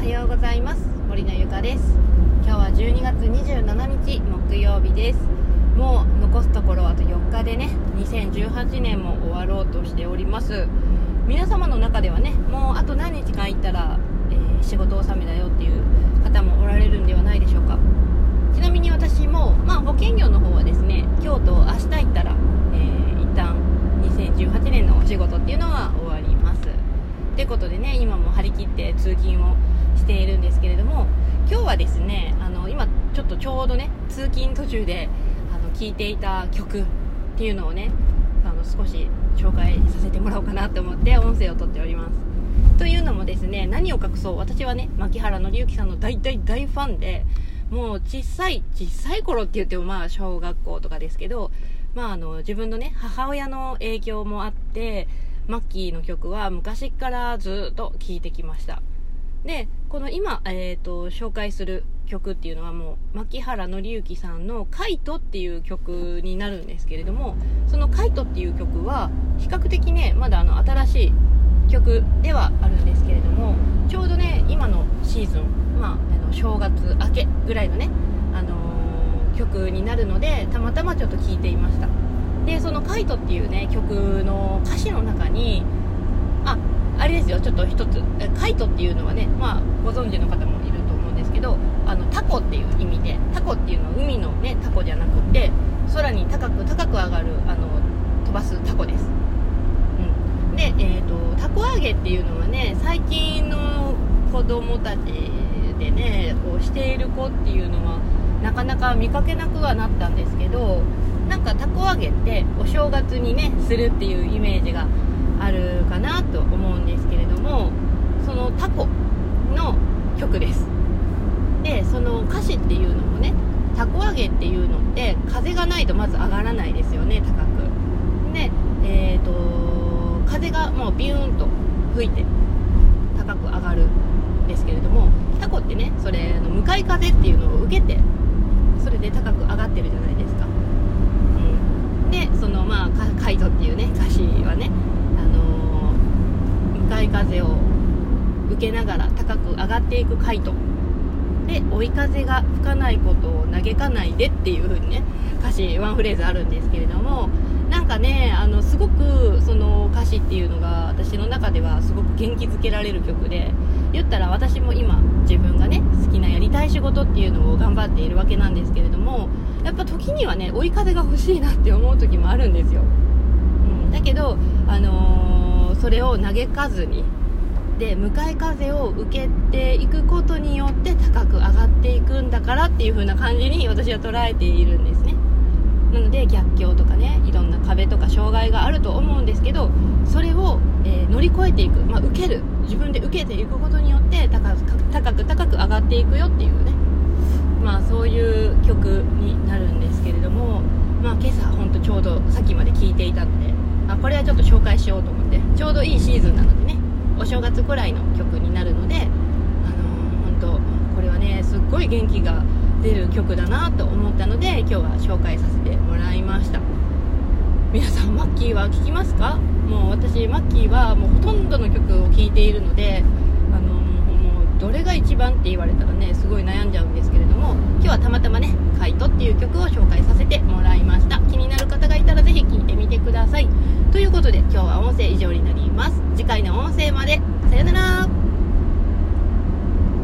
ようございます。森のゆかです。今日は12月27日木曜日です。もう残すところあと4日でね、2018年も終わろうとしております。皆様の中ではね、もうあと何日間行ったら、仕事納めだよっていう方もおられるんではないでしょうか。ちなみに私も、保険業の方はですね、今日と明日行ったら、一旦2018年のお仕事っていうのは終わります。ということでね、今も張り切って通勤をしているんですけれども、今日はですね、今ちょうどね、通勤途中で聴いていた曲っていうのをね、少し紹介させてもらおうかなと思って音声を撮っております。というのもですね、何を隠そう、私はね、牧原紀之さんの大ファンで、もう小さい頃って言っても小学校とかですけど、自分のね、母親の影響もあって、マッキーの曲は昔からずっと聴いてきました。で、この今、紹介する曲っていうのはもう牧原紀之さんのカイトっていう曲になるんですけれども、そのカイトっていう曲は比較的ね、まだ新しい曲ではあるんですけれども、ちょうどね、今のシーズン、正月明けぐらいのね、曲になるので、たまたまちょっと聴いていました。で、そのカイトっていうね、曲の歌詞の中に、あれですよ、ちょっと一つ、カイトっていうのはね、ご存知の方もいると思うんですけど、タコっていう意味で、タコっていうのは海のね、タコじゃなくて、空に高く上がる、飛ばすタコです。で、タコ揚げっていうのはね、最近の子供たちでね、こうしている子っていうのは、なかなか見かけなくはなったんですけど、なんかタコ揚げってお正月にねするっていうイメージがあるかなと思うんですけれども、そのタコの曲です。で、その歌詞っていうのもね、タコ揚げっていうのって風がないとまず上がらないですよね、高く。で、風がもうビューンと吹いて高く上がるんですけれども、タコってね、それの向かい風っていうのを受けて、それで高く上がってるじゃないですか。で、そのカイトっていうね、歌詞はね、向かい風を受けながら高く上がっていくカイトで、追い風が吹かないことを嘆かないでっていう風にね、歌詞ワンフレーズあるんですけれども、なんかね、すごくその歌詞っていうのが私の中ではすごく元気づけられる曲で、言ったら私も今自分がね、好きなやりたい仕事っていうのを頑張っているわけなんですけれども、やっぱ時にはね、追い風が欲しいなって思う時もあるんですよ。だけど、それを嘆かずに、で、向かい風を受けていくことによって高く上がっていくんだからっていう風な感じに私は捉えているんですね。なので、逆境とかね、いろんな壁とか障害があると思うんですけど、それを、乗り越えていく、自分で受けていくことによって高く上がっていくよっていうね、そういう曲になるんですけれども、今朝本当ちょうどさっきまで聴いていたので、これはちょっと紹介しようと思って、ちょうどいいシーズンなのでね、お正月くらいの曲になるので、本当これはね、すっごい元気が出る曲だなと思ったので、今日は紹介させてもらいました。皆さんマッキーは聴きますか？もう私マッキーはもうほとんどの曲を聴いているので、もうどれが一番って言われたらね、すごい悩んじゃうんですけれども、今日はたまたまね、カイトっていう曲を紹介させてもらいました。気になる方がいたらぜひ聴いてみてください。ということで、今日は音声以上になります。次回の音声まで、さよなら。